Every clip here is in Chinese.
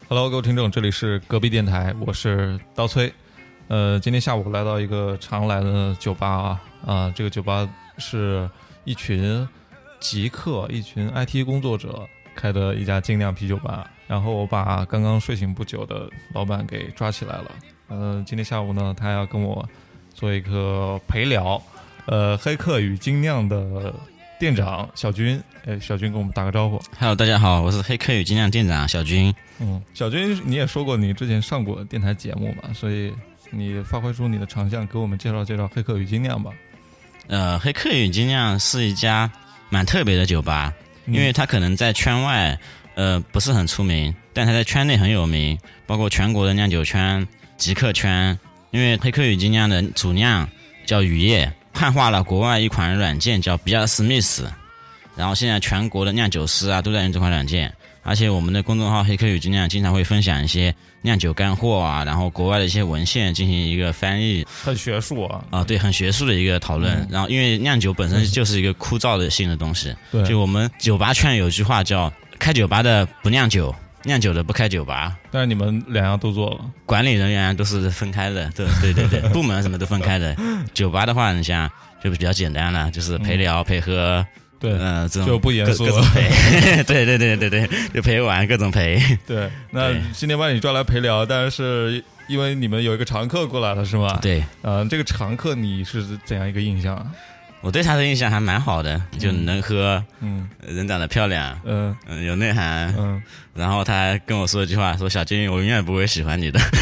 Hello， 各位听众，这里是隔壁电台，我是刀崔。今天下午来到一个常来的酒吧啊，这个酒吧是一群极客、一群 IT 工作者开的一家精酿啤酒吧。然后我把刚刚睡醒不久的老板给抓起来了。今天下午呢，他要跟我做一个陪聊。黑客与精酿的店长小军，小军跟我们打个招呼。 Hello， 大家好，我是黑客与精酿店长小军。 小军，你也说过你之前上过电台节目嘛，所以你发挥出你的长项，给我们介绍介绍黑客与精酿吧。 黑客与精酿是一家蛮特别的酒吧，因为它可能在圈外不是很出名，但它在圈内很有名，包括全国的酿酒圈、极客圈。因为黑客与精酿的主酿叫雨夜，汉化了国外一款软件叫比尔史密斯，然后现在全国的酿酒师啊都在用这款软件。而且我们的公众号黑客与精酿经常会分享一些酿酒干货啊，然后国外的一些文献进行一个翻译， 很学术啊。 对，很学术的一个讨论。然后因为酿酒本身就是一个枯燥的性的东西， 对， 就我们酒吧圈有句话叫开酒吧的不酿酒，酿酒的不开酒吧。 但是你们两样都做了， 管理人员都是分开的，对，部门什么都分开的。酒吧的话，你像就比较简单了，就是陪聊陪喝。 对， 这种就不严肃， 各种陪，对，就陪玩各种陪。 对，那今天把你抓来陪聊，但是因为你们有一个常客过来了，是吗？ 对， 这个常客你是怎样一个印象啊？ 我对他的印象还蛮好的，就能喝，人长得漂亮，有内涵，然后他还跟我说一句话，说小金，我永远不会喜欢你的。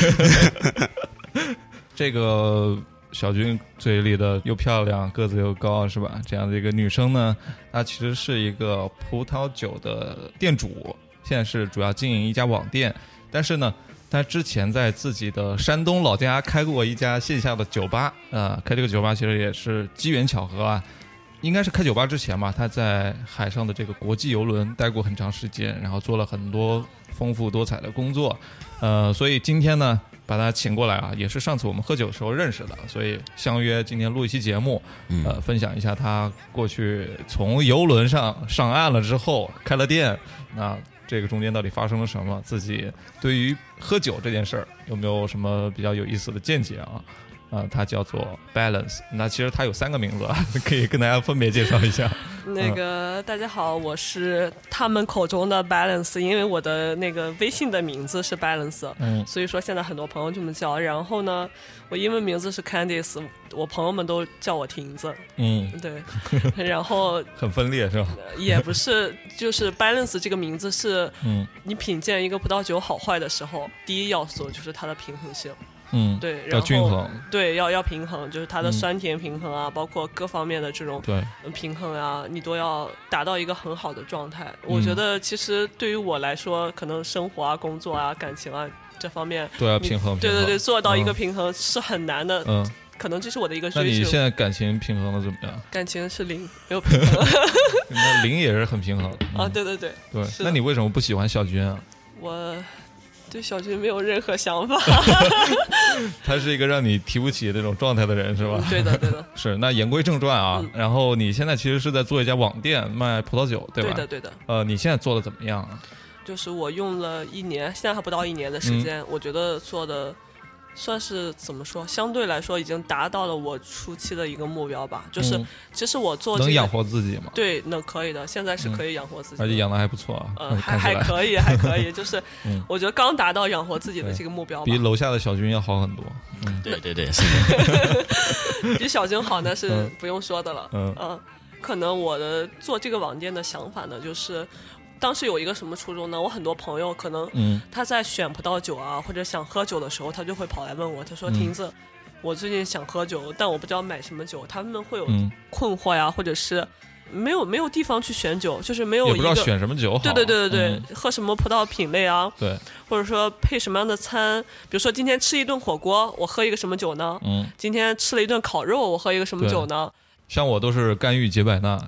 这个。小军嘴里的又漂亮个子又高是吧，这样的一个女生呢，她其实是一个葡萄酒的店主，现在是主要经营一家网店。但是呢，她之前在自己的山东老家开过一家线下的酒吧，开这个酒吧其实也是机缘巧合啊。应该是开酒吧之前吧，她在海上的这个国际游轮待过很长时间，然后做了很多丰富多彩的工作。所以今天呢把他请过来啊，也是上次我们喝酒的时候认识的，所以相约今天录一期节目，分享一下他过去从游轮上岸了之后开了店，那这个中间到底发生了什么？自己对于喝酒这件事儿有没有什么比较有意思的见解啊？它叫做 Balance， 那其实它有3个名字，可以跟大家分别介绍一下。 大家好，我是他们口中的 Balance， 因为我的那个微信的名字是 Balance，所以说现在很多朋友这么叫。然后呢，我英文名字是 Candice， 我朋友们都叫我亭子。对，然后很分裂是吧？ 也不是，就是 Balance 这个名字是，你品鉴一个葡萄酒好坏的时候，第一要素就是它的平衡性。对，然后要均衡， 对，要平衡，就是它的酸甜平衡啊，包括各方面的这种平衡啊，你都要达到一个很好的状态。我觉得其实对于我来说，可能生活啊、工作啊、感情啊这方面都要平衡。 对，做到一个平衡是很难的。可能这是我的一个追求。 那你现在感情平衡的怎么样？ 感情是0，没有平衡。 那0也是很平衡啊！对。对， 那你为什么不喜欢小军啊？ 我对小军没有任何想法。 他是一个让你提不起这种状态的人是吧？ 对的。 是，那言归正传啊，然后你现在其实是在做一家网店卖葡萄酒，对吧？ 对的。 你现在做的怎么样啊？ 就是我用了1年，现在还不到1年的时间，我觉得做的算是怎么说，相对来说已经达到了我初期的一个目标吧。就是其实我做能养活自己吗？ 对，那可以的，现在是可以养活自己的， 而且养的还不错啊。 还可以，就是我觉得刚达到养活自己的这个目标吧。 比楼下的小军要好很多。 对，是的。 比小军好那是不用说的了。可能我的做这个网店的想法呢，就是当时有一个什么初衷呢？我很多朋友可能他在选葡萄酒啊，或者想喝酒的时候，他就会跑来问我，他说亭子，我最近想喝酒，但我不知道买什么酒。他们会有困惑呀，或者是没有地方去选酒，就是没有一个也不知道选什么酒好。 对，喝什么葡萄品类啊？ 对， 或者说配什么样的餐？比如说今天吃一顿火锅，我喝一个什么酒呢？今天吃了一顿烤肉，我喝一个什么酒呢？ 像我都是干预杰百纳。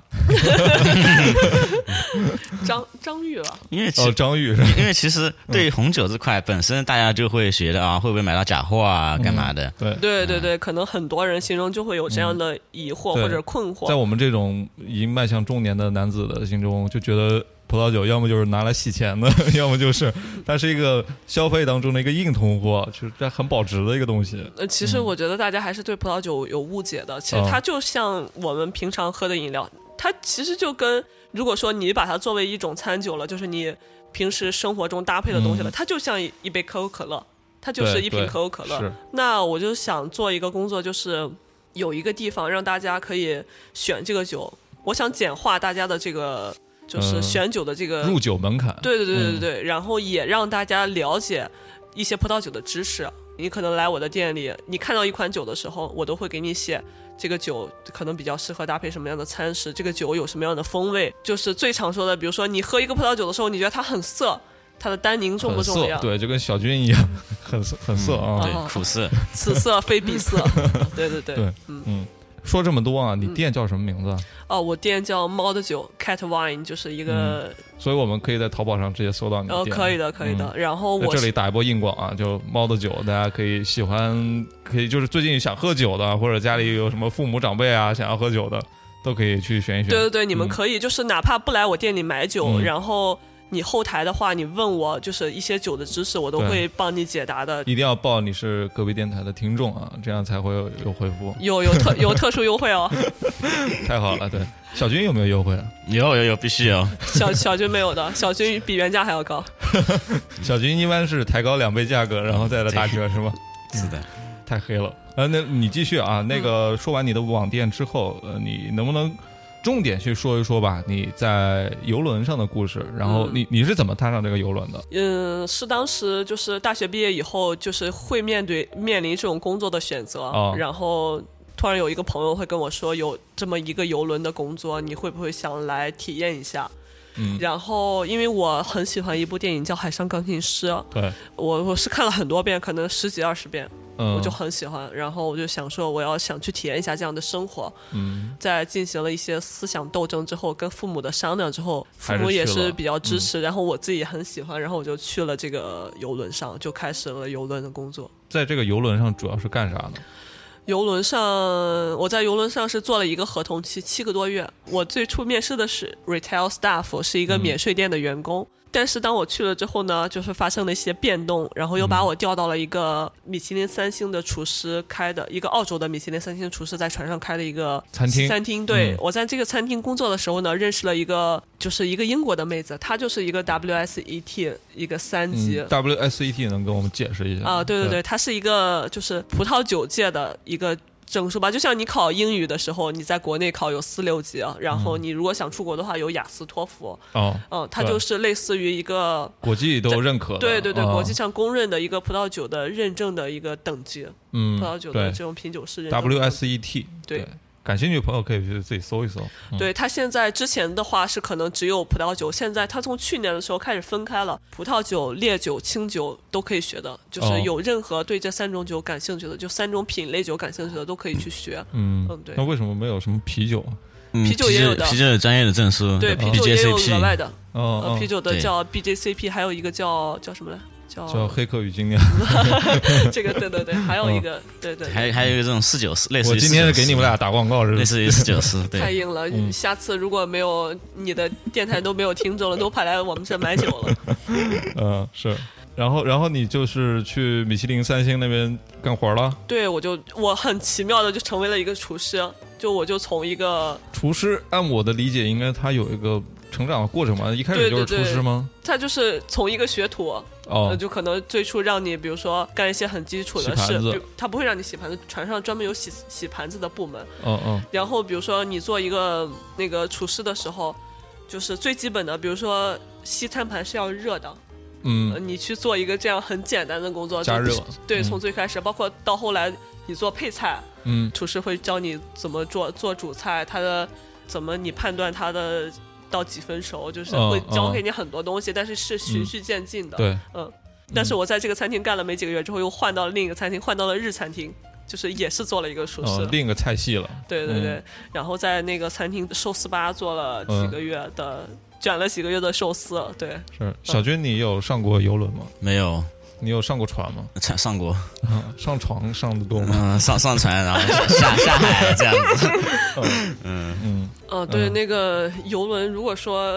张裕了， 因为张裕是， 因为其实对于红酒这块本身，大家就会觉得啊，会不会买到假货啊，干嘛的？ 对，可能很多人心中就会有这样的疑惑或者困惑。 在我们这种已经迈向中年的男子的心中，就觉得葡萄酒要么就是拿来洗钱的，要么就是它是一个消费当中的一个硬通货，就是这很保值的一个东西。 其实我觉得大家还是对葡萄酒有误解的，其实它就像我们平常喝的饮料，它其实就跟如果说你把它作为一种餐酒了，就是你平时生活中搭配的东西了，它就像一杯可口可乐，它就是一瓶可口可乐。那我就想做一个工作，就是有一个地方让大家可以选这个酒，我想简化大家的这个就是选酒的这个入酒门槛。 对，然后也让大家了解一些葡萄酒的知识。你可能来我的店里，你看到一款酒的时候，我都会给你写这个酒可能比较适合搭配什么样的餐食，这个酒有什么样的风味。就是最常说的，比如说你喝一个葡萄酒的时候，你觉得它很涩，它的单宁重不重要？ 对，就跟小军一样，很涩啊， 对，苦涩， 此色非彼色。对， 说这么多啊，你店叫什么名字？ 我店叫猫的酒 Cat Wine， 就是一个， 所以我们可以在淘宝上直接搜到你的店。 可以的。然后我在这里打一波硬广啊，就猫的酒，大家可以喜欢，可以就是最近想喝酒的，或者家里有什么父母长辈啊想要喝酒的，都可以去选一选。 对，你们可以就是哪怕不来我店里买酒，然后你后台的话，你问我就是一些酒的知识，我都会帮你解答的。 一定要报你是隔壁电台的听众啊，这样才会有回复。 有特殊优惠哦。 太好了，对。小军有没有优惠啊？ 有，必须有。 小军没有的，小军比原价还要高。 小军一般是抬高2倍价格，然后再来打折，是吗？ 是的， 太黑了。那你继续啊。那个说完你的网店之后，你能不能重点去说一说吧，你在游轮上的故事，然后你是怎么踏上这个游轮的？ 是当时就是大学毕业以后，就是会面临这种工作的选择，然后突然有一个朋友会跟我说有这么一个游轮的工作，你会不会想来体验一下？然后因为我很喜欢一部电影叫《海上钢琴师》， 对， 我是看了很多遍，可能10几20遍。我就很喜欢，然后我就想说我要想去体验一下这样的生活。在进行了一些思想斗争之后，跟父母的商量之后，父母也是比较支持，然后我自己也很喜欢，然后我就去了这个游轮上，就开始了游轮的工作。 在这个游轮上主要是干啥呢？ 我在游轮上是做了一个合同期7个多月。我最初面试的是 retail staff， 是一个免税店的员工。但是当我去了之后呢，就是发生了一些变动，然后又把我调到了一个米其林3星的厨师开的一个澳洲的米其林3星厨师在船上开的一个餐厅。对，我在这个餐厅工作的时候呢，认识了一个英国的妹子，她就是一个 WSET 一个3级。 WSET 能跟我们解释一下啊？对，它是一个就是葡萄酒界的一个证书吧，就像你考英语的时候，你在国内考有4、6级，然后你如果想出国的话，有雅思、托福。它就是类似于一个国际都认可的， 对，国际上公认的一个葡萄酒的认证的一个等级。葡萄酒的这种品酒师认证 WSET。 对。 感兴趣的朋友可以去自己搜一搜。 对，它现在之前的话是可能只有葡萄酒，现在它从去年的时候开始分开了，葡萄酒、烈酒、清酒都可以学的，就是有任何对这3种酒感兴趣的，就3种品类酒感兴趣的都可以去学。对。 那为什么没有什么啤酒？ 啤酒也有的， 啤酒有专业的证书， 对，啤酒也有额外的。 啤酒的叫 BJCP， 还有一个叫什么来？ 叫黑客与精酿。 这个对，还有一个对， 还有一个这种494，类似于我今天是给你们俩打广告， 类似于494，对， 太硬了。下次如果没有你的电台都没有听众了，都跑来我们这买酒了。是。然后你就是去米其林3星那边干活了？ 对，我很奇妙的就成为了一个厨师，我就从一个厨师，按我的理解应该他有一个成长的过程嘛，一开始就是厨师吗？ 他就是从一个学徒，就可能最初让你比如说干一些很基础的事，他不会让你洗盘子，船上专门有洗盘子的部门。然后比如说你做一个那个厨师的时候，就是最基本的，比如说西餐盘是要热的。你去做一个这样很简单的工作， 加热。 对，从最开始，包括到后来你做配菜，厨师会教你怎么做主菜，它的怎么你判断它的到几分熟，就是会教给你很多东西，但是循序渐进的。 对， 但是我在这个餐厅干了没几个月之后，又换到了另一个餐厅，换到了日餐厅，就是也是做了一个厨师， 另一个菜系了。 对，然后在那个餐厅寿司吧做了几个月的。卷了几个月的寿司。对， 是。小军，你有上过游轮吗？ 没有。 你有上过船吗？ 上过。 上床上的多吗？ 上船，然后下海这样子。 对，那个游轮，如果说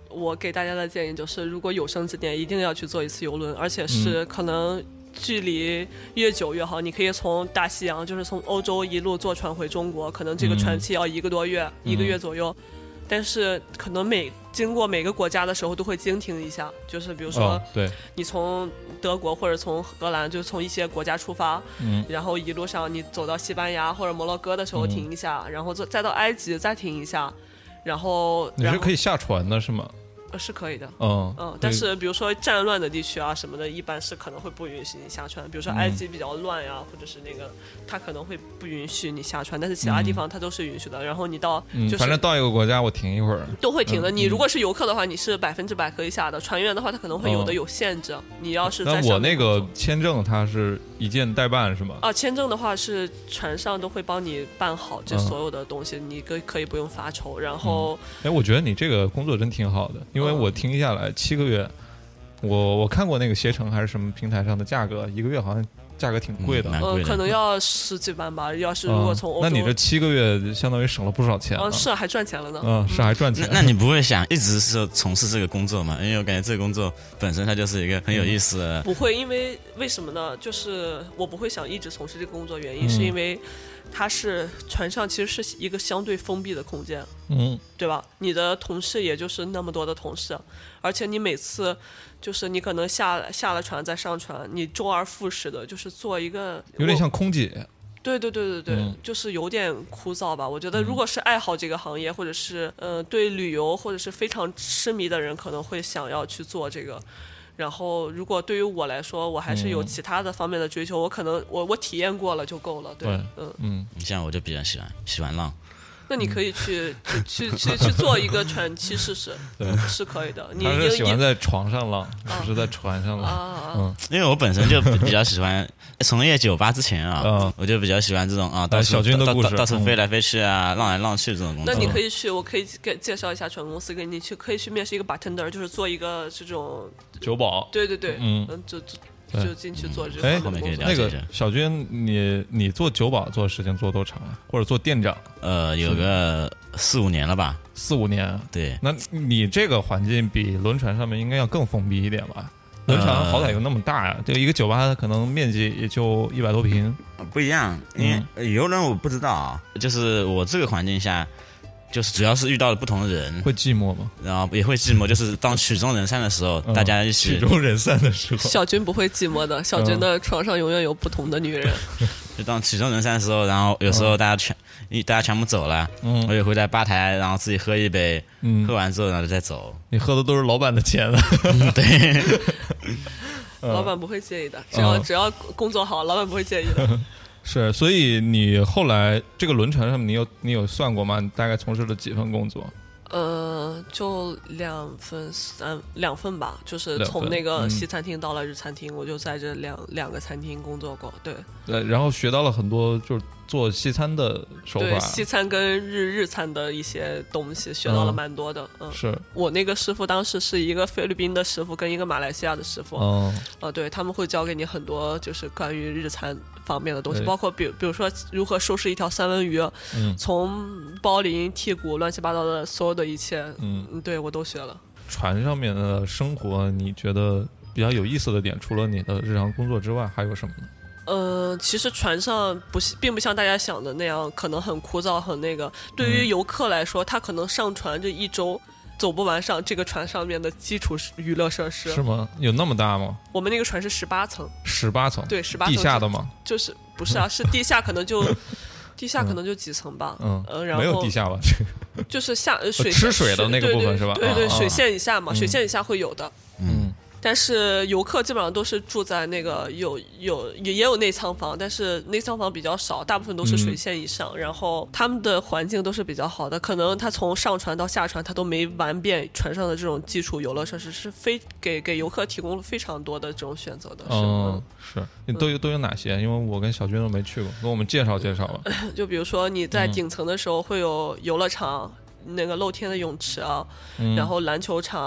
我给大家的建议就是，如果有生之年一定要去坐一次游轮，而且是可能距离越久越好。你可以从大西洋，就是从欧洲一路坐船回中国，可能这个船期要1个多月，1个月左右。但是可能经过每个国家的时候都会经停一下，就是比如说， 对， 你从德国或者从荷兰，就从一些国家出发，然后一路上你走到西班牙或者摩洛哥的时候停一下，然后再到埃及再停一下，然后你是可以下船的是吗？ 是可以的，但是比如说战乱的地区啊什么的，一般是可能会不允许你下船。比如说埃及比较乱呀，或者是那个，他可能会不允许你下船，但是其他地方他都是允许的。然后你到， 反正到一个国家我停一会儿都会停的。你如果是游客的话，你是100%可以下的。船员的话，他可能会有限制。你要是在我那个签证，它是一件代办是吗？ 签证的话是船上都会帮你办好这所有的东西，你可以不用发愁。然后， 我觉得你这个工作真挺好的。因为我听下来7个月，我看过那个携程还是什么平台上的价格，1个月好像价格挺贵的， 可能要10几万吧。要是如果从欧洲， 那你这7个月相当于省了不少钱了。 是还赚钱了呢。 是还赚钱。 那你不会想一直是从事这个工作吗？因为我感觉这个工作本身它就是一个很有意思的。 不会，因为为什么呢？就是我不会想一直从事这个工作，原因是因为它是船上其实是一个相对封闭的空间，对吧？你的同事也就是那么多的同事，而且你每次就是你可能下了船再上船，你周而复始的，就是做一个有点像空姐。 对，就是有点枯燥吧。我觉得如果是爱好这个行业，或者是对旅游或者是非常痴迷的人，可能会想要去做这个。然后如果对于我来说，我还是有其他的方面的追求，我可能我体验过了就够了。对， 你像我就比较喜欢浪。 那你可以去做一个船期试试，是可以的。你是喜欢在床上浪，不是在船上浪。 因为我本身就比较喜欢从业98之前我就比较喜欢这种小军的故事， 到处飞来飞去啊，浪来浪去这种工作。 那你可以去，我可以介绍一下船公司给你去，可以去面试一个 bartender， 就是做一个这种酒保。 对，就进去做这个。 那个小军，你做酒保做的时间做多长了？或者做店长？ 有个4、5年了吧。 4、5年。 对。 那你这个环境比轮船上面应该要更封闭一点吧？轮船好歹有那么大呀，这一个酒吧可能面积也就100多平。 不一样，因为游轮我不知道啊，就是我这个环境下。就是主要是遇到了不同的人， 会寂寞吗？ 然后也会寂寞，就是当曲终人散的时候，大家一起曲终人散的时候， 小军不会寂寞的，小军的床上永远有不同的女人。 就当曲终人散的时候，然后有时候大家全部走了，我也会在吧台，然后自己喝一杯，喝完之后然后就再走。 你喝的都是老板的钱了， 对。 老板不会介意的，只要工作好，老板不会介意的。 是，所以你后来这个轮船上面，你有算过吗？你大概从事了几份工作？ 就2份吧，就是从那个西餐厅到了日餐厅，我就在这两个餐厅工作过。对， 然后学到了很多，就是做西餐的手法。 对，西餐跟日餐的一些东西学到了蛮多的。 是我那个师傅当时是一个菲律宾的师傅跟一个马来西亚的师傅。对，他们会教给你很多就是关于日餐方面的东西，包括比如说如何收拾一条三文鱼，从包鳞、剔骨、乱七八糟的所有的一切，对我都学了。 船上面的生活，你觉得比较有意思的点，除了你的日常工作之外，还有什么呢？ 其实船上并不像大家想的那样，可能很枯燥，很那个。对于游客来说，他可能上船这1周走不完上这个船上面的基础娱乐设施。 是吗？有那么大吗？ 我们那个船是18层。 18层？ 对，18层。 地下的吗？ 就是不是啊？是地下可能就地下可能就几层吧。然后没有地下吧？ 就是吃水的那个部分是吧？ 对，水线以下嘛，水线以下会有的。但是游客基本上都是住在那个也有内舱房，但是内舱房比较少，大部分都是水线以上。然后他们的环境都是比较好的，可能他从上船到下船他都没玩遍船上的这种基础游乐设施，是给游客提供了非常多的这种选择的。 是你都有哪些？因为我跟小军都没去过，跟我们介绍介绍吧。 就比如说你在顶层的时候会有游乐场，那个露天的泳池啊，然后篮球场。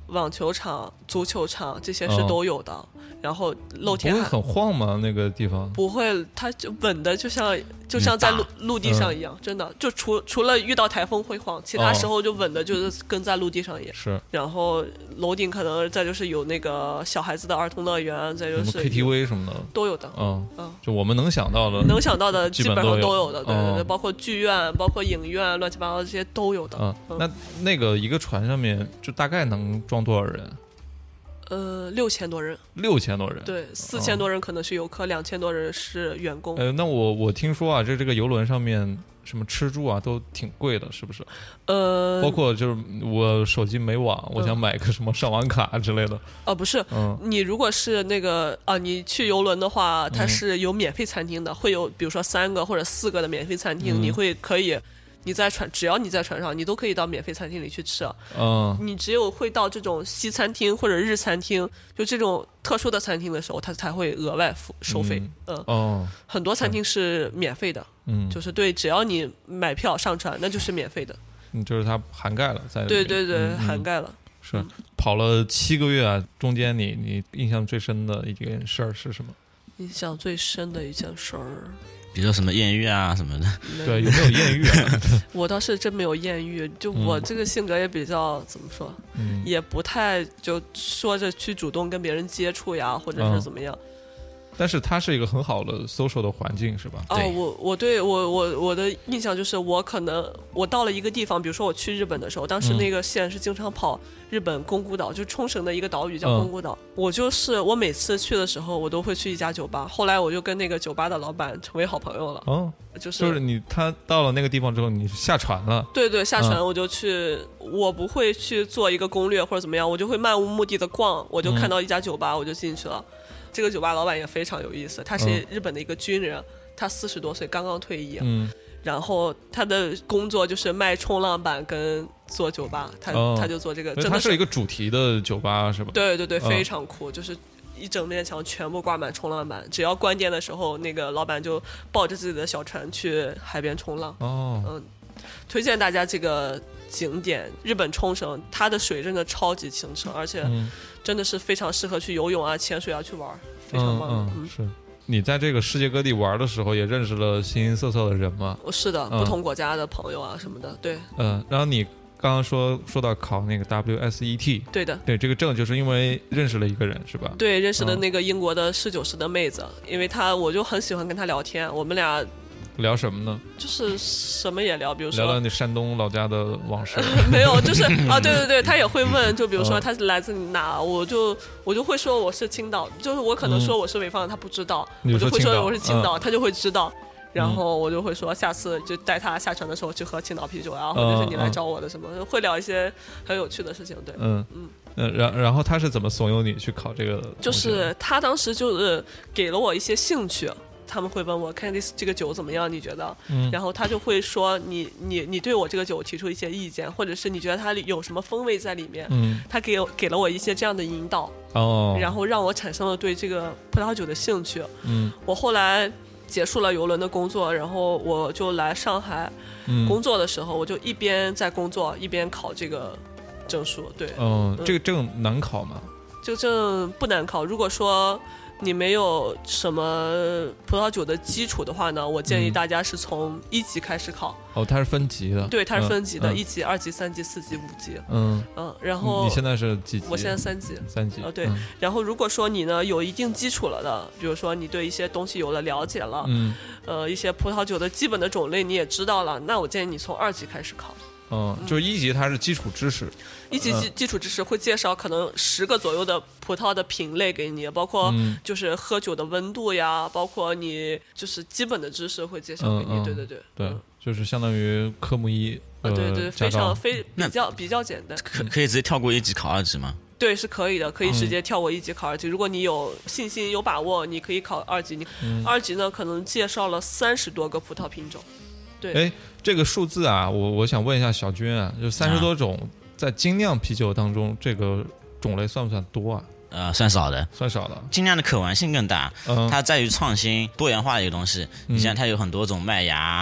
网球场、足球场这些是都有的。然后露天不会很晃吗？那个地方不会，它就稳的，就像在陆地上一样，真的。就除了遇到台风会晃，其他时候就稳的，就是跟在陆地上一样。 是。 然后楼顶可能再就是有那个小孩子的儿童乐园，再就是 KTV 什么的都有的。 就我们能想到的基本上都有的，对，包括剧院、包括影院，乱七八糟这些都有的。 那个一个船上面就大概能装多少人 ？6000多人。 6000多人。 对，4000多人可能是游客，2000多人是员工。 那我听说啊，这个游轮上面什么吃住啊都挺贵的，是不是？包括就是我手机没网，我想买个什么上网卡之类的。 不是，你如果是那个你去游轮的话，它是有免费餐厅的，会有比如说3个或者4个的免费餐厅，你可以。只要你在船上，你都可以到免费餐厅里去吃。你只有会到这种西餐厅或者日餐厅，就这种特殊的餐厅的时候，它才会额外收费。很多餐厅是免费的。就是对，只要你买票上船，那就是免费的。 就是它涵盖了在。 对对对，涵盖了。 是跑了7个月啊，中间你印象最深的一件事儿是什么？ 印象最深的一件事儿。 比如说什么艳遇啊什么的。 对，有没有艳遇啊？ 我倒是真没有艳遇，就我这个性格也比较怎么说，也不太就说着去主动跟别人接触呀，或者是怎么样。 但是它是一个很好的 social 的环境，是吧？ 我的印象就是，我到了一个地方，比如说我去日本的时候，当时那个线是经常跑日本宫古岛，就冲绳的一个岛屿叫宫古岛。我每次去的时候，我都会去一家酒吧，后来我就跟那个酒吧的老板成为好朋友了。就是他到了那个地方之后，你下船了？对对，下船我就去，我不会去做一个攻略或者怎么样，我就会漫无目的的逛，我就看到一家酒吧，我就进去了。这个酒吧老板也非常有意思，他是日本的一个军人，他40多岁刚刚退役。然后他的工作就是卖冲浪板跟做酒吧，他就做这个。真的他是一个主题的酒吧是吧？ 对对对，非常酷，就是一整面墙全部挂满冲浪板，只要关店的时候，那个老板就抱着自己的小船去海边冲浪。推荐大家这个景点，日本冲绳，它的水真的超级清澈，而且真的是非常适合去游泳啊、潜水啊去玩，非常棒。 是。你在这个世界各地玩的时候，也认识了形形色色的人吗？ 是的，不同国家的朋友啊什么的，对。 然后你刚刚说到考那个 WSET， 对的， 对，这个证就是因为认识了一个人是吧？ 对，认识了那个英国的侍酒师的妹子，因为我就很喜欢跟她聊天，我们俩。 聊什么呢？ 就是什么也聊，比如说聊聊你山东老家的往事。 没有，就是对对对，他也会问，就比如说他是来自哪，我就会说我是青岛，就是我可能说我是潍坊，他不知道，我就会说我是青岛，他就会知道，然后我就会说下次就带他下船的时候去喝青岛啤酒啊，或者是你来找我的什么，会聊一些很有趣的事情，对， 然后他是怎么怂恿你去考这个？ 就是他当时就是给了我一些兴趣。他们会问我看这个酒怎么样，你觉得？然后他就会说你对我这个酒提出一些意见，或者是你觉得它有什么风味在里面？他给了我一些这样的引导，然后让我产生了对这个葡萄酒的兴趣。我后来结束了邮轮的工作，然后我就来上海工作的时候，我就一边在工作一边考这个证书。对， 这个证难考吗？ 这个证不难考，如果说你没有什么葡萄酒的基础的话呢，我建议大家是从1级开始考。 它是分级的。 对，它是分级的，1级、2级、3级、4级、5级。然后你现在是几级？ 我现在3级。 3级。 对。然后如果说你呢有一定基础了的，比如说你对一些东西有了了解了，一些葡萄酒的基本的种类你也知道了，那我建议你从2级开始考。 就是1级它是基础知识 ，1级基础知识会介绍可能10个左右的葡萄的品类给你，包括就是喝酒的温度呀，包括你就是基本的知识会介绍给你。对对对对，就是相当于科目1。 对对，比较简单。 可以直接跳过1级考2级吗？ 对，是可以的，可以直接跳过1级考2级。如果你有信心有把握，你可以考2级。2级呢，可能介绍了30多个葡萄品种。对， 这个数字啊，我想问一下小军啊，就30多种，在精酿啤酒当中，这个种类算不算多啊？ 算少的， 算少的。 精酿的可玩性更大，它在于创新、多元化的一个东西。你像它有很多种麦芽，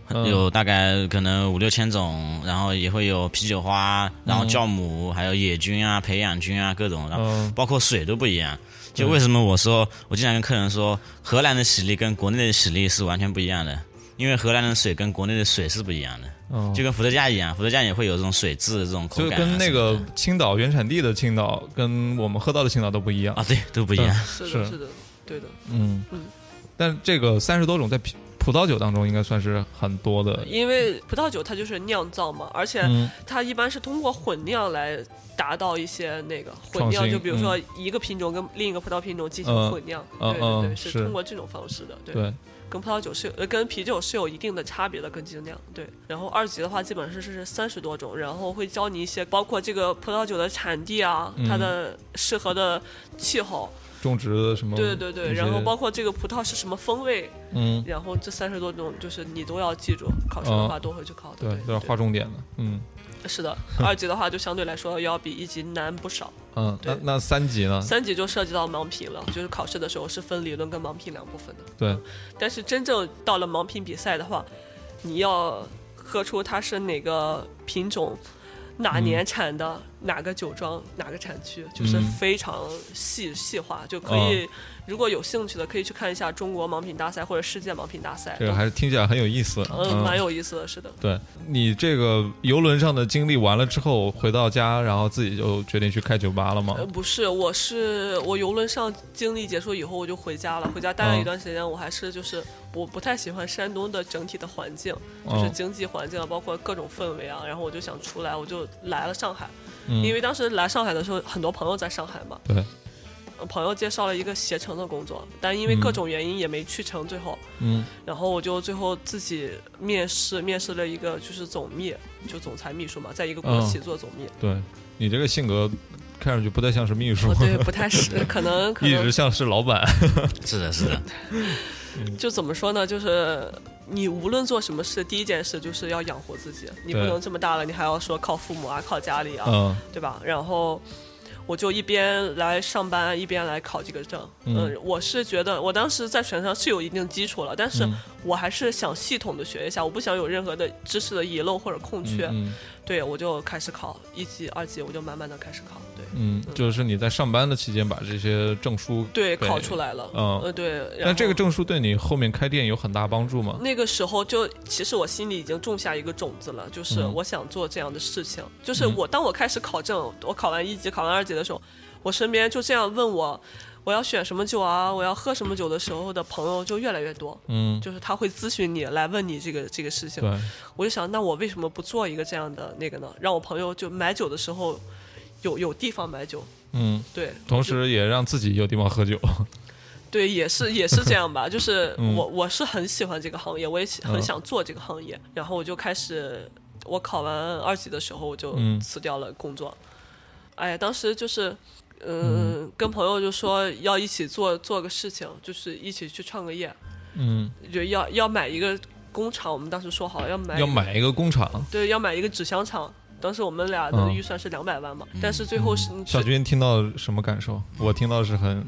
有大概可能5、6千种，然后也会有啤酒花，然后酵母，还有野菌啊、培养菌啊各种，然后包括水都不一样。就为什么我经常跟客人说，荷兰的喜力跟国内的喜力是完全不一样的，因为荷兰的水跟国内的水是不一样的。就跟伏特加一样，伏特加也会有这种水质的这种口感， 就跟那个青岛原产地的青岛跟我们喝到的青岛都不一样啊，对，都不一样， 是的，对的， 但这个30多种在葡萄酒当中应该算是很多的， 因为葡萄酒它就是酿造嘛，而且它一般是通过混酿来达到一些那个混酿，就比如说一个品种跟另一个葡萄品种进行混酿，对，是通过这种方式的，对。跟葡萄酒跟啤酒是有一定的差别的，跟精酿对。然后2级的话，基本上是30多种，然后会教你一些，包括这个葡萄酒的产地啊，它的适合的气候、 种植什么， 对，然后包括这个葡萄是什么风味，然后这30多种就是你都要记住，考试的话都会去考的， 对，都要划重点的， 是的，2级的话就相对来说要比1级难不少。 那3级呢 ？3级就涉及到盲品了，就是考试的时候是分理论跟盲品2部分的。 对， 但是真正到了盲品比赛的话，你要喝出它是哪个品种、哪年产的、哪个酒庄、哪个产区，就是非常细化，就可以。如果有兴趣的，可以去看一下中国盲品大赛或者世界盲品大赛。 这个还是听起来很有意思。 蛮有意思的，是的。 对，你这个游轮上的经历完了之后，回到家，然后自己就决定去开酒吧了吗？ 不是，我游轮上经历结束以后，我就回家了。回家待了一段时间，我还是就是我不太喜欢山东的整体的环境，就是经济环境啊，包括各种氛围啊。然后我就想出来，我就来了上海。因为当时来上海的时候，很多朋友在上海嘛。 对。 朋友介绍了一个携程的工作，但因为各种原因也没去成最后。然后我就最后自己面试了一个就是总秘，就总裁秘书嘛，在一个国企做总秘。 对，你这个性格看上去不太像是秘书。 对，不太是，可能一直像是老板。 是的。 就怎么说呢？就是你无论做什么事，第一件事就是要养活自己，你不能这么大了，你还要说靠父母啊，靠家里啊，对吧？然后。我就一边来上班一边来考这个证。我是觉得我当时在船上是有一定基础了，但是我还是想系统的学一下，我不想有任何的知识的遗漏或者空缺。对，我就开始考1级、2级，我就慢慢的开始考。对， 就是你在上班的期间把这些证书考出来了。对。 那这个证书对你后面开店有很大帮助吗？ 那个时候就其实我心里已经种下一个种子了，就是我想做这样的事情。就是当我开始考证，我考完1级、考完2级的时候，我身边就这样问我要选什么酒啊，我要喝什么酒的时候的朋友就越来越多。就是他会咨询你，来问你这个事情。我就想，那我为什么不做一个这样的那个呢？让我朋友就买酒的时候有地方买酒。对， 同时也让自己有地方喝酒。 对，也是这样吧。就是我是很喜欢这个行业，我也很想做这个行业。然后我就开始，我考完2级的时候我就辞掉了工作。当时就是跟朋友就说要一起做个事情，就是一起去创个业。就要买一个工厂，我们当时说好了要买一个工厂。 对，要买一个纸箱厂。当时我们俩的预算是200万嘛，但是最后是小军听到什么感受？我听到是很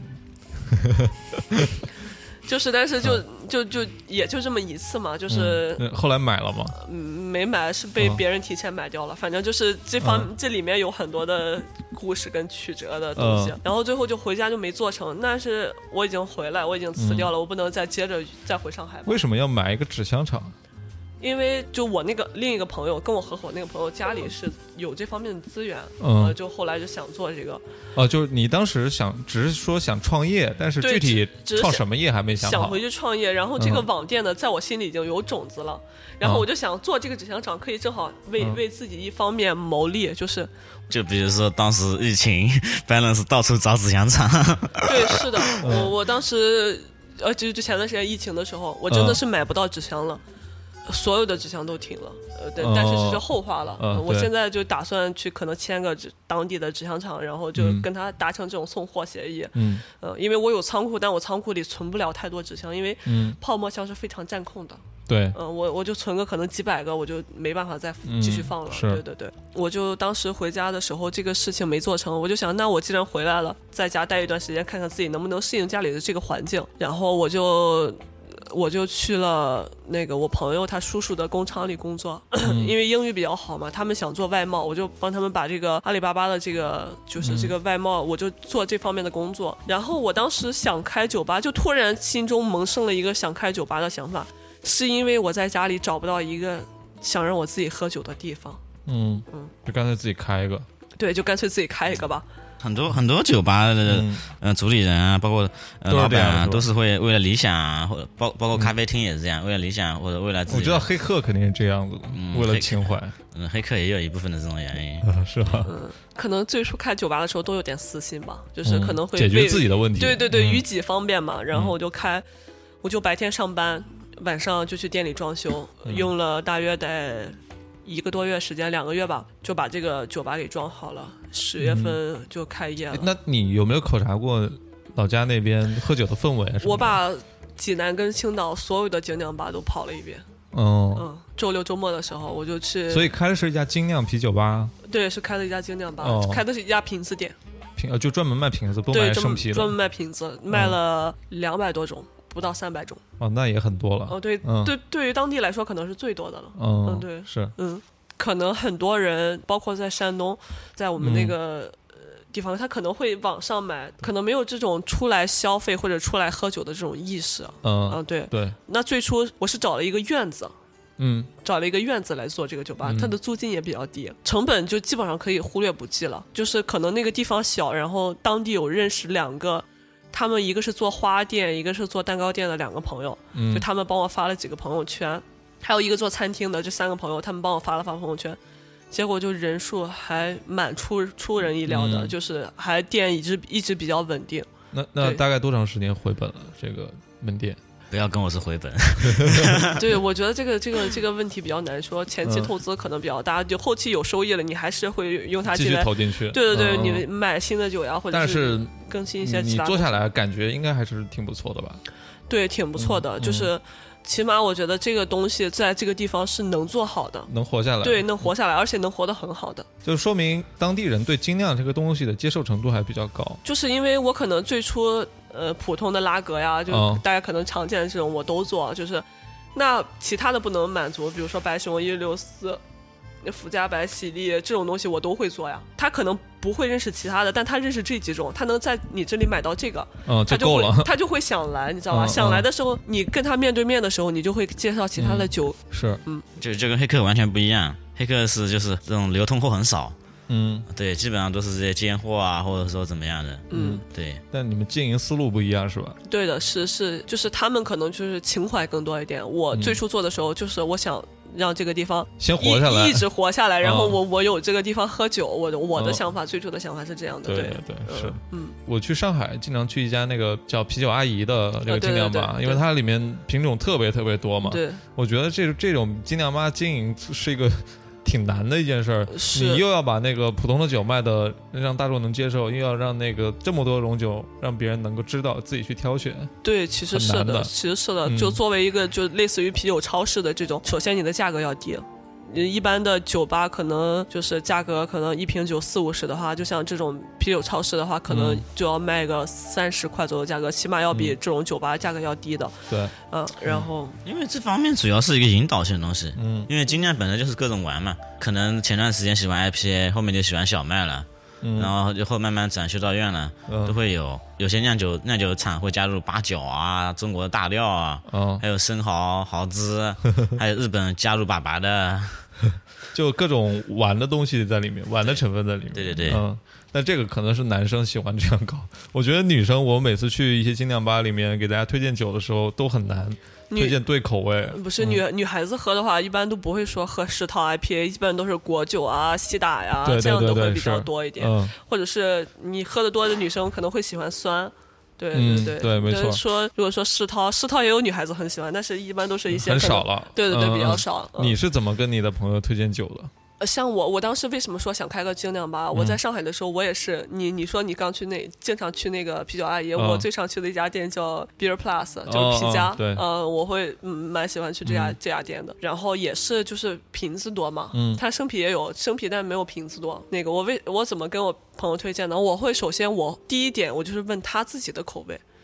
就是但是就也就这么一次嘛，就是后来买了吗？ 没买，是被别人提前买掉了。反正就是这里面有很多的故事跟曲折的东西。然后最后就回家就没做成。但是我已经回来，我已经辞掉了，我不能接着回上海。 为什么要买一个纸箱厂？ 因为就我那个另一个朋友跟我合伙那个朋友家里是有这方面的资源，就后来就想做这个。就是你当时只是说想创业，但是具体创什么业还没想好。 想回去创业，然后这个网店呢，在我心里已经有种子了。然后我就想做这个纸箱厂，可以正好为自己一方面谋利， 就比如说当时疫情，Balance 到处找纸箱厂。 对，是的，我当时就前段时间疫情的时候，我真的是买不到纸箱了。所有的纸箱都停了，但是这是后话了。我现在就打算去可能签个当地的纸箱厂，然后就跟他达成这种送货协议。因为我有仓库，但我仓库里存不了太多纸箱，因为泡沫箱是非常占空的。 对， 我就存个可能几百个，我就没办法再继续放了。对，我就当时回家的时候，这个事情没做成，我就想，那我既然回来了，在家待一段时间，看看自己能不能适应家里的这个环境。然后我就我就去了那个我朋友他叔叔的工厂里工作，因为英语比较好嘛，他们想做外贸，我就帮他们把这个阿里巴巴的这个就是这个外贸，我就做这方面的工作。然后我当时想开酒吧，就突然心中萌生了一个想开酒吧的想法，是因为我在家里找不到一个想让我自己喝酒的地方。 就干脆自己开一个。 对，就干脆自己开一个吧。 很多酒吧的主理人啊，包括老板啊，都是会为了理想啊，或者包括咖啡厅也是这样，为了理想或者为了自己。 我知道黑客肯定是这样子的，为了情怀。 黑客也有一部分的这种原因， 是吧？ 可能最初开酒吧的时候都有点私心吧，就是可能会解决自己的问题。 对，于己方便嘛。然后我就白天上班，晚上就去店里装修，用了大约得1个多月时间，2个月吧，就把这个酒吧给装好了。10月份就开业了。 那你有没有考察过老家那边喝酒的氛围？ 我把济南跟青岛所有的精酿吧都跑了一遍。周六周末的时候我就去。 所以开的是一家精酿啤酒吧？ 对，是开了一家精酿吧，开的是一家瓶子店。 就专门卖瓶子，不卖生啤的。 专门卖瓶子，卖了200多种。不到300种。 那也很多了。 对于当地来说可能是最多的了。对， 是。 可能很多人包括在山东，在我们那个地方，他可能会网上买，可能没有这种出来消费或者出来喝酒的这种意识。对。那最初我是找了一个院子，找了一个院子来做这个酒吧，它的租金也比较低，成本就基本上可以忽略不计了。就是可能那个地方小，然后当地有认识2个，他们一个是做花店，一个是做蛋糕店的2个朋友，就他们帮我发了几个朋友圈。还有一个做餐厅的，这3个朋友他们帮我发了朋友圈，结果就人数还蛮出人意料的，就是还店一直比较稳定。 那大概多长时间回本了这个门店？ 不要跟我说回本。 对，我觉得这个问题比较难说，前期投资可能比较大，就后期有收益了，你还是会用它继续投进去。 对，你买新的酒呀，或者是更新一些其他。 你做下来感觉应该还是挺不错的吧？ 对，挺不错的，就是起码我觉得这个东西在这个地方是能做好的， 能活下来。 对，能活下来，而且能活得很好的， 就说明当地人对精酿这个东西的接受程度还比较高。 就是因为我可能最初普通的拉格呀，就大家可能常见的这种我都做，就是那其他的不能满足，比如说白熊164福加白喜力这种东西我都会做呀。他可能不会认识其他的，但他认识这几种，他能在你这里买到这个， 就够了。 他就会想来，你知道吧？想来的时候，你跟他面对面的时候，你就会介绍其他的酒。 是， 就跟黑客完全不一样。黑客是就是这种流通货很少，对，基本上都是这些尖货啊，或者说怎么样的，对。 但你们经营思路不一样是吧？ 对的，是，就是他们可能就是情怀更多一点。我最初做的时候，就是我想让这个地方先活下来， 一直活下来，然后我有这个地方喝酒，我的想法，最初的想法是这样的。 对，是。我去上海经常去一家那个叫啤酒阿姨的那个精酿吧，因为它里面品种特别特别多嘛。 对， 我觉得这种精酿吧经营是一个挺难的一件事儿，你又要把那个普通的酒卖的让大众能接受，又要让那个这么多种酒让别人能够知道自己去挑选。 对，其实是的，就作为一个就类似于啤酒超市的这种，首先你的价格要低。一般的酒吧可能就是价格可能1瓶酒40-50的话，就像这种啤酒超市的话，可能就要卖个30块左右价格，起码要比这种酒吧价格要低的。 对， 然后因为这方面主要是一个引导性的东西，因为精酿本来就是各种玩嘛，可能前段时间喜欢 IPA， 后面就喜欢小麦了。然后以后慢慢展修道院了，都会有些酿酒厂会加入八角啊，中国的大料啊，还有生蚝、蚝汁，还有日本加入粑粑的， 就各种玩的东西在里面，玩的成分在里面。 对， 但这个可能是男生喜欢这样搞，我觉得女生，我每次去一些精酿吧里面给大家推荐酒的时候都很难推荐对口味。 不是女孩子喝的话，一般都不会说喝10套 IPA， 一般都是果酒啊、西打呀，这样都会比较多一点。或者是你喝的多的女生可能会喜欢酸。对， 没错。 如果说世涛也有女孩子很喜欢，但是一般都是一些很少了。 对，比较少。 你是怎么跟你的朋友推荐酒的？ 像我当时为什么说想开个精酿吧？我在上海的时候，我也是你说你刚去经常去那个啤酒阿姨，我最常去的一家店叫 Beer Plus， 就是啤家。 对， 我会蛮喜欢去这家店的。然后也是就是瓶子多嘛，它生啤也有生啤，但没有瓶子多。我怎么跟我朋友推荐呢？我会首先第一点我就是问他自己的口味。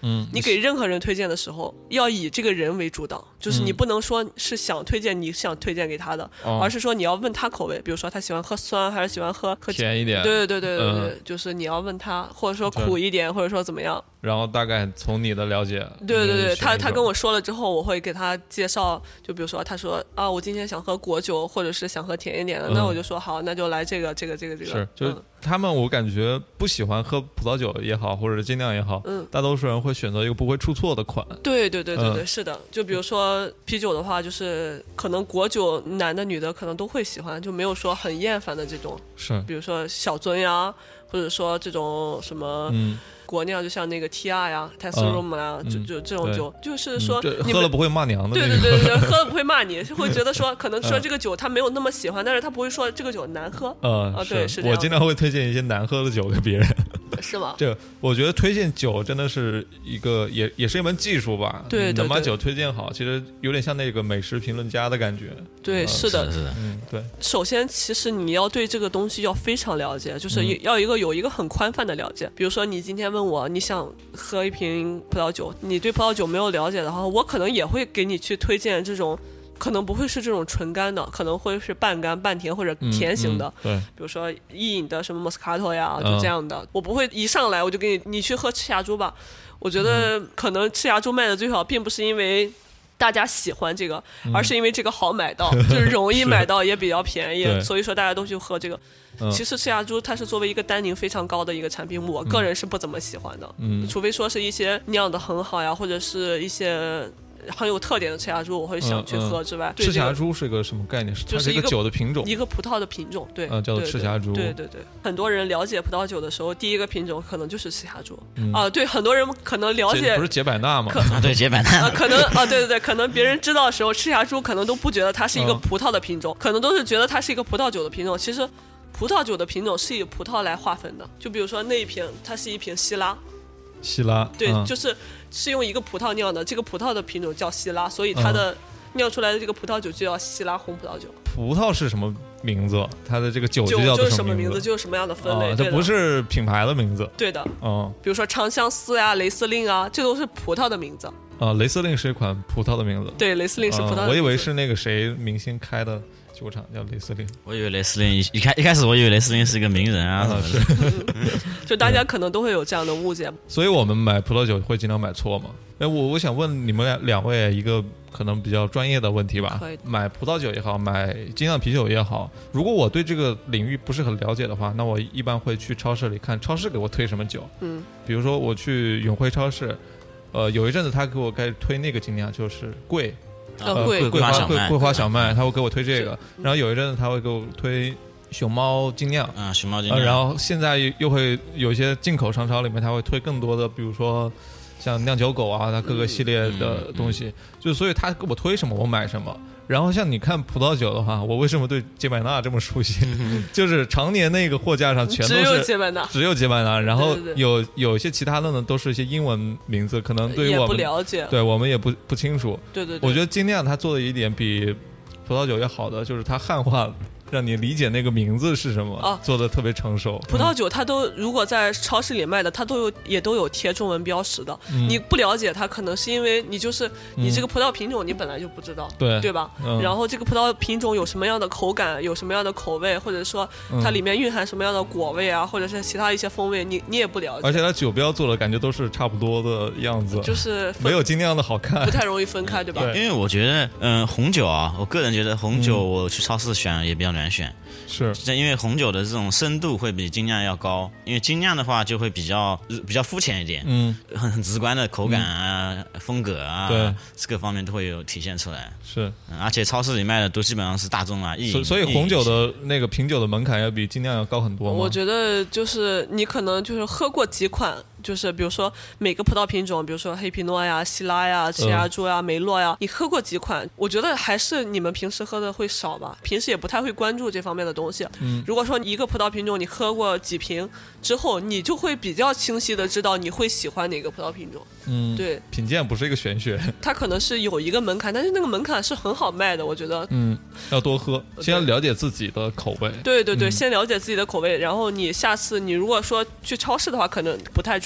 你给任何人推荐的时候要以这个人为主导，就是你不能说是想推荐你想推荐给他的，而是说你要问他口味，比如说他喜欢喝酸还是喜欢喝甜一点， 对，就是你要问他，或者说苦一点，或者说怎么样， 然后大概从你的了解， 对，他跟我说了之后，我会给他介绍，就比如说他说啊，我今天想喝果酒，或者是想喝甜一点的，那我就说好，那就来这个， 是，就是他们我感觉不喜欢喝葡萄酒也好，或者是精酿也好，大多数人会选择一个不会出错的款。 对，是的。就比如说啤酒的话，就是可能果酒男的女的可能都会喜欢，就没有说很厌烦的这种。 是， 比如说小樽呀，或者说这种什么。国酿就像那个 TR 呀 Tesrum 呀，就这种酒，就是说喝了不会骂娘的。 对，喝了不会骂你，会觉得说可能说这个酒他没有那么喜欢，但是他不会说这个酒难喝。对，是这样。 我经常会推荐一些难喝的酒给别人。 是吗？ 这我觉得推荐酒真的是一个也是一门技术吧。 对， 能把酒推荐好，其实有点像那个美食评论家的感觉。 对，是的， 对。 首先，其实你要对这个东西要非常了解，就是要有一个很宽泛的了解。比如说，你今天问我你想喝一瓶葡萄酒，你对葡萄酒没有了解的话，我可能也会给你去推荐这种。可能不会是这种纯干的，可能会是半干半甜或者甜型的。 对， 比如说意饮的什么 Moscato 呀，就这样的。我不会一上来我就给你去喝赤霞珠吧。我觉得可能赤霞珠卖的最好，并不是因为大家喜欢这个，而是因为这个好买到，就是容易买到，也比较便宜，所以说大家都去喝这个。其实赤霞珠它是作为一个单宁非常高的一个产品，我个人是不怎么喜欢的。除非说是一些酿的很好呀，或者是一些。很有特点的赤霞珠我会想去喝之外， 赤霞珠是个什么概念？ 就是一个酒的品种， 一个葡萄的品种，对， 叫做赤霞珠。 对，很多人了解葡萄酒的时候，第一个品种可能就是赤霞珠。对，很多人可能了解不是杰百纳吗？ 对，杰百纳。 可能对，可能别人知道的时候，赤霞珠可能都不觉得它是一个葡萄的品种，可能都是觉得它是一个葡萄酒的品种。其实，葡萄酒的品种是以葡萄来划分的。就比如说那一瓶，它是一瓶希拉。对，是用一个葡萄酿的，这个葡萄的品种叫希拉，所以它的酿出来的这个葡萄酒就叫希拉红葡萄酒。 葡萄是什么名字？它的这个酒就叫就是什么名字，就是什么样的分类。 这不是品牌的名字。 对的。比如说长相思呀、雷司令啊，这都是葡萄的名字。 雷司令是一款葡萄的名字。 对，雷司令是葡萄的名字。 我以为是那个谁明星开的酒厂叫雷司令。 我以为雷司令一开始我以为雷司令是一个名人啊。 就大家可能都会有这样的误解。 所以我们买葡萄酒会经常买错吗？我想问你们两位一个可能比较专业的问题吧。买葡萄酒也好，买精酿啤酒也好，如果我对这个领域不是很了解的话，那我一般会去超市里看超市给我推什么酒。比如说我去永辉超市，有一阵子他给我开始推那个精酿，就是桂花小麦，他会给我推这个。然后有一阵子他会给我推熊猫精酿熊猫精酿。 然后现在又会有一些进口商超里面，他会推更多的，比如说像酿酒狗啊，它各个系列的东西，就所以他给我推什么我买什么。然后像你看葡萄酒的话，我为什么对杰百纳这么熟悉？就是常年那个货架上全都是只有杰百纳，然后有一些其他的呢，都是一些英文名字，可能对于我们也不了解， 对我们也不清楚。 对， 我觉得精酿它做的一点比葡萄酒要好的，就是它汉化。让你理解那个名字是什么做的特别成熟。 葡萄酒它都如果在超市里卖的，它也都有贴中文标识的。你不了解它，可能是因为你就是你这个葡萄品种你本来就不知道，对吧？然后这个葡萄品种有什么样的口感，有什么样的口味，或者说它里面蕴含什么样的果味啊，或者是其他一些风味，你也不了解。 而且它酒标做的感觉都是差不多的样子， 就是没有精酿的好看， 不太容易分开，对吧？ 因为我觉得红酒啊，我个人觉得红酒我去超市选也比较难选。 是因为红酒的这种深度会比精酿要高，因为精酿的话就会比较肤浅一点，很直观的口感啊、风格啊， 对， 这个方面都会有体现出来。 是， 而且超市里卖的都基本上是大众啊， 所以红酒的那个品酒的门槛要比精酿要高很多吗？ 我觉得就是你可能就是喝过几款。就是比如说每个葡萄品种，比如说黑皮诺呀、希拉呀、赤霞珠呀、梅洛呀，你喝过几款？我觉得还是你们平时喝的会少吧，平时也不太会关注这方面的东西。如果说一个葡萄品种你喝过几瓶之后，你就会比较清晰的知道你会喜欢哪个葡萄品种。对， 品鉴不是一个玄学， 它可能是有一个门槛，但是那个门槛是很好卖的，我觉得。 要多喝，先要了解自己的口味。 对，先了解自己的口味，然后你下次你如果说去超市的话，可能不太专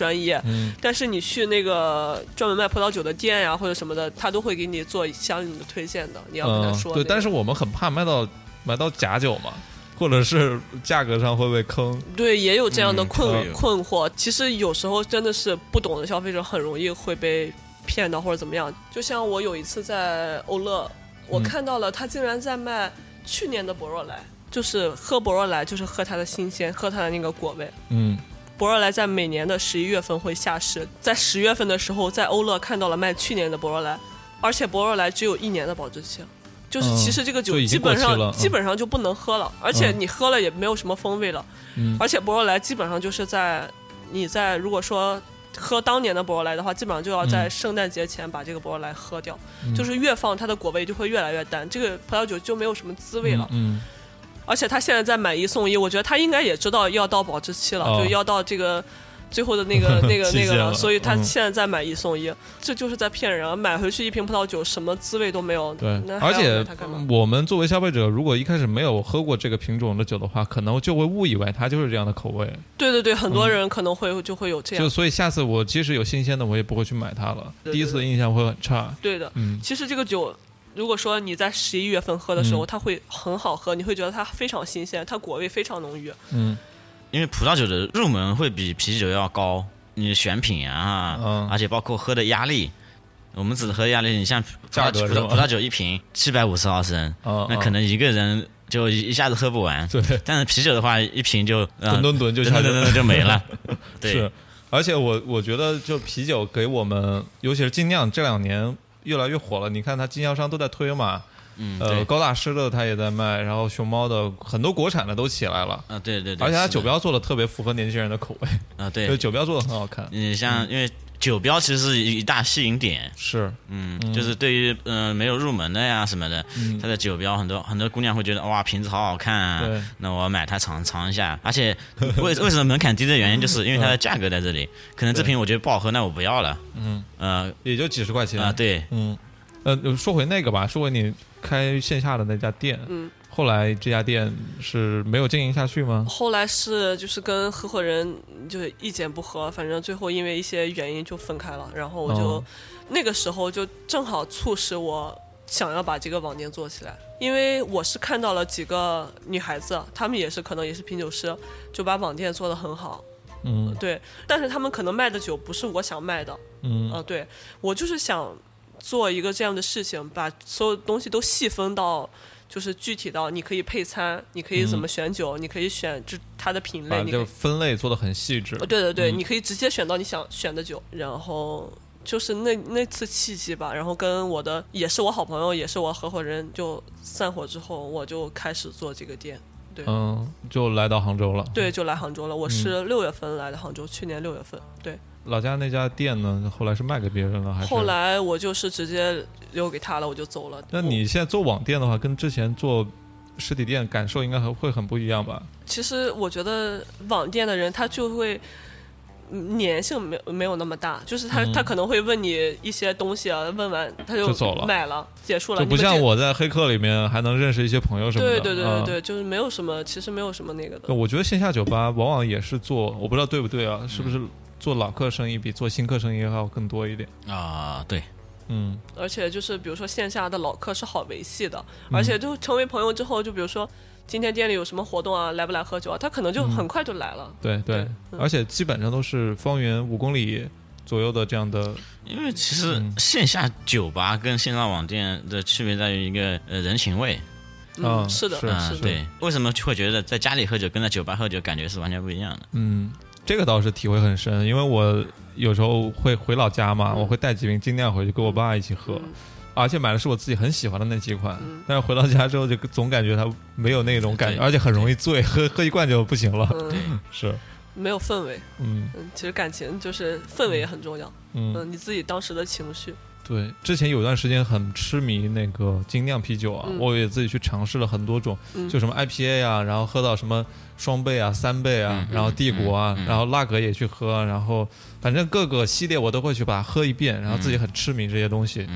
专业，但是你去那个专门卖葡萄酒的店呀或者什么的，他都会给你做相应的推荐的，你要跟他说、 对，但是我们很怕买到假酒嘛，或者是价格上会被坑。 对，也有这样的困惑。其实有时候真的是不懂的消费者很容易会被骗到或者怎么样。就像我有一次在欧乐，我看到了他竟然在卖去年的博若莱，就是喝博若莱就是喝它的新鲜，喝它的那个果味。博若莱在每年的11月份会下市，在10月份的时候在欧乐看到了卖去年的博若莱，而且博若莱只有1年的保质期。就是其实这个酒基本上就不能喝了，而且你喝了也没有什么风味了。而且博若莱基本上就是你在如果说喝当年的博若莱的话，基本上就要在圣诞节前把这个博若莱喝掉，就是越放它的果味就会越来越淡，这个葡萄酒就没有什么滋味了。而且他现在在买1送1，我觉得他应该也知道要到保质期了，就要到这个最后的那个了，所以他现在在买1送1，这就是在骗人啊！买回去一瓶葡萄酒什么滋味都没有。 对，而且我们作为消费者，如果一开始没有喝过这个品种的酒的话，可能就会误以为它就是这样的口味。 对，很多人可能就会有这样。 所以下次我即使有新鲜的，我也不会去买它了。第一次的印象会很差。 对的，其实这个酒，如果说你在11月份喝的时候，它会很好喝，你会觉得它非常新鲜，它果味非常浓郁。 因为葡萄酒的入门会比啤酒要高，你选品啊，而且包括喝的压力，我们只喝的压力，你像葡萄酒一瓶750毫升，那可能一个人就一下子喝不完。 对， 但是啤酒的话，一瓶就吨就没了。对， 是，而且我觉得就啤酒给我们，尤其是精酿这2年越来越火了。你看它经销商都在推嘛。高大师的他也在卖，然后熊猫的很多国产的都起来了啊，对， 而且它酒标做的特别符合年轻人的口味啊，对， 酒标做的很好看。 你像因为酒标其实是一大吸引点， 是， 就是对于没有入门的呀什么的，它的酒标很多姑娘会觉得哇瓶子好好看啊，那我买它尝一下。而且为什么门槛低的原因，就是因为它的价格在这里，可能这瓶我觉得不好喝，那我不要了， 也就几十块钱啊，对， 说回那个吧，说回你开线下的那家店，后来这家店是没有经营下去吗？ 后来就是跟合伙人就意见不合，反正最后因为一些原因就分开了，然后我就那个时候就正好促使我想要把这个网店做起来，因为我是看到了几个女孩子，她们可能也是品酒师，就把网店做得很好。对，但是她们可能卖的酒不是我想卖的。对，我就是想做一个这样的事情，把所有东西都细分到，就是具体到你可以配餐，你可以怎么选酒，你可以选它的品类， 把这个分类做得很细致。 对，你可以直接选到你想选的酒。然后就是那次契机吧，然后跟也是我好朋友，也是我合伙人就散伙之后，我就开始做这个店。对， 就来到杭州了。 对，就来杭州了。我是6月份来的杭州，去年6月份。对。 老家那家店呢？后来是卖给别人了还是？ 后来我就是直接留给他了，我就走了。 那你现在做网店的话，跟之前做实体店感受应该会很不一样吧？ 其实我觉得网店的人他就会粘性没有那么大，就是他可能会问你一些东西啊，问完他就走了， 买了，结束了。 就不像我在黑客里面还能认识一些朋友什么的。 对，就是没有什么，其实没有什么那个的。 我觉得线下酒吧往往也是做，我不知道对不对啊，是不是？做老客生意比做新客生意还要更多一点啊，对， 而且就是比如说线下的老客是好维系的，而且就成为朋友之后，就比如说今天店里有什么活动啊，来不来喝酒啊，他可能就很快就来了。 对，而且基本上都是方圆5公里左右的这样的。 因为其实线下酒吧跟线上网店的区别在于一个人情味。 是的， 对，为什么会觉得在家里喝酒跟在酒吧喝酒感觉是完全不一样的？ 这个倒是体会很深，因为我有时候会回老家嘛，我会带几瓶精酿回去跟我爸一起喝，而且买的是我自己很喜欢的那几款，但是回到家之后就总感觉它没有那种感觉，而且很容易醉，喝一罐就不行了。是没有氛围。其实感情就是氛围也很重要。你自己当时的情绪。 对，之前有段时间很痴迷那个精酿啤酒啊，我也自己去尝试了很多种，就什么 IPA 啊，然后喝到什么双倍啊、3倍啊，然后帝国啊，然后拉格也去喝，然后反正各个系列我都会去把它喝一遍，然后自己很痴迷这些东西。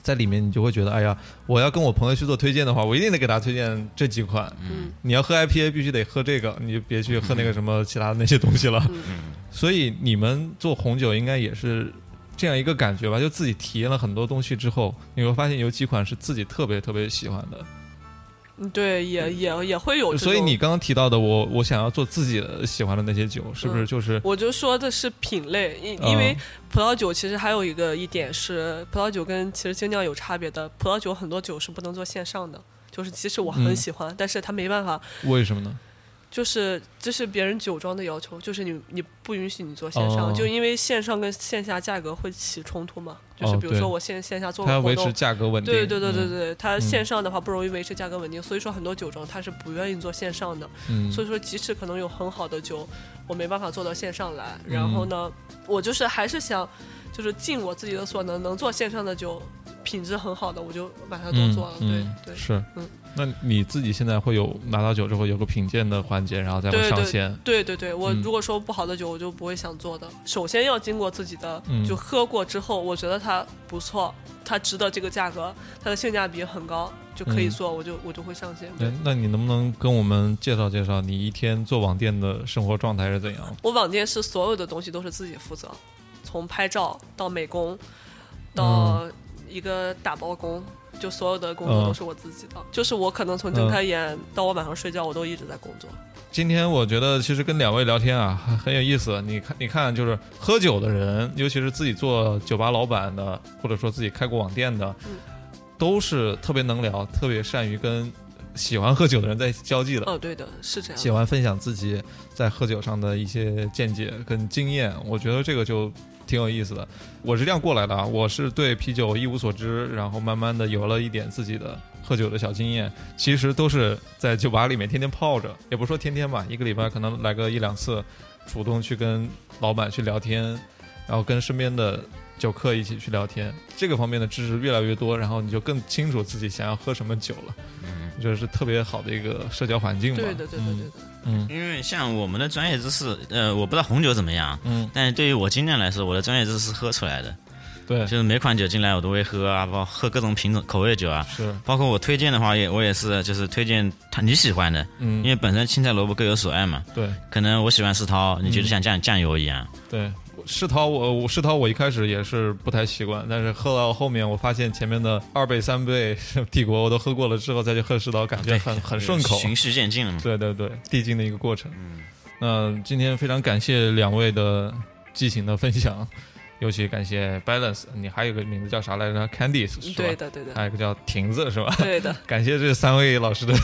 在里面你就会觉得，哎呀，我要跟我朋友去做推荐的话，我一定得给他推荐这几款。你要喝 IPA 必须得喝这个，你就别去喝那个什么其他的那些东西了。所以你们做红酒应该也是这样一个感觉吧？就自己体验了很多东西之后，你会发现有几款是自己特别特别喜欢的。 对，也会有这种。 所以你刚刚提到的我想要做自己的喜欢的那些酒，是不是就是？ 我就说的是品类，因为葡萄酒其实还有一点是，葡萄酒跟其实精酿有差别的。葡萄酒很多酒是不能做线上的，就是即使我很喜欢，但是它没办法。 为什么呢？ 就是这是别人酒庄的要求，就是你不允许你做线上，就因为线上跟线下价格会起冲突嘛。就是比如说我线下做个活动， 它要维持价格稳定。 对，它线上的话不容易维持价格稳定，所以说很多酒庄它是不愿意做线上的。所以说即使可能有很好的酒，我没办法做到线上来。然后呢，我就是还是想，就是尽我自己的所能做线上的酒，品质很好的我就把它都做了。对， 是。那你自己现在会有拿到酒之后有个品鉴的环节，然后再会上线。 对，我如果说不好的酒，我就不会想做的。首先要经过自己的，就喝过之后，我觉得它不错，它值得这个价格，它的性价比很高，就可以做，我就会上线。 对，那你能不能跟我们介绍介绍你一天做网店的生活状态是怎样？ 我网店是所有的东西都是自己负责，从拍照到美工，到一个打包工。就所有的工作都是我自己的，就是我可能从睁开眼到我晚上睡觉，我都一直在工作。 今天我觉得其实跟两位聊天啊很有意思。你看，就是喝酒的人，尤其是自己做酒吧老板的，或者说自己开过网店的，都是特别能聊，特别善于跟喜欢喝酒的人在交际的。 对的，是这样。 喜欢分享自己在喝酒上的一些见解跟经验，我觉得这个就挺有意思的。我是这样过来的啊，我是对啤酒一无所知，然后慢慢的有了一点自己的喝酒的小经验，其实都是在酒吧里面天天泡着，也不是说天天吧，一个礼拜可能来个1-2次，主动去跟老板去聊天，然后跟身边的酒客一起去聊天，这个方面的知识越来越多，然后你就更清楚自己想要喝什么酒了。我觉得是特别好的一个社交环境吧。 对的。 因为像我们的专业知识，我不知道红酒怎么样，但是对于我精酿来说，我的专业知识是喝出来的。对，就是每款酒进来我都会喝啊，包括喝各种品种口味酒啊，是，包括我推荐的话我也是，就是推荐你喜欢的，因为本身青菜萝卜各有所爱嘛。对，可能我喜欢世涛，你觉得像酱油一样。对。世涛我一开始也是不太习惯，但是喝到后面我发现前面的2倍3倍帝国我都喝过了之后再去喝世涛，感觉很顺口，循序渐进了嘛。对，递进的一个过程。那今天非常感谢两位的激情的分享，尤其感谢 Balance， 你还有个名字叫啥来着 ？Candice 是吧？对的。还有一个叫亭子是吧？对的。感谢这3位老师的。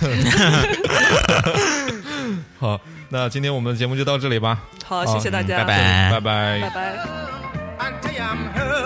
好，那今天我们的节目就到这里吧。好，谢谢大家，拜拜。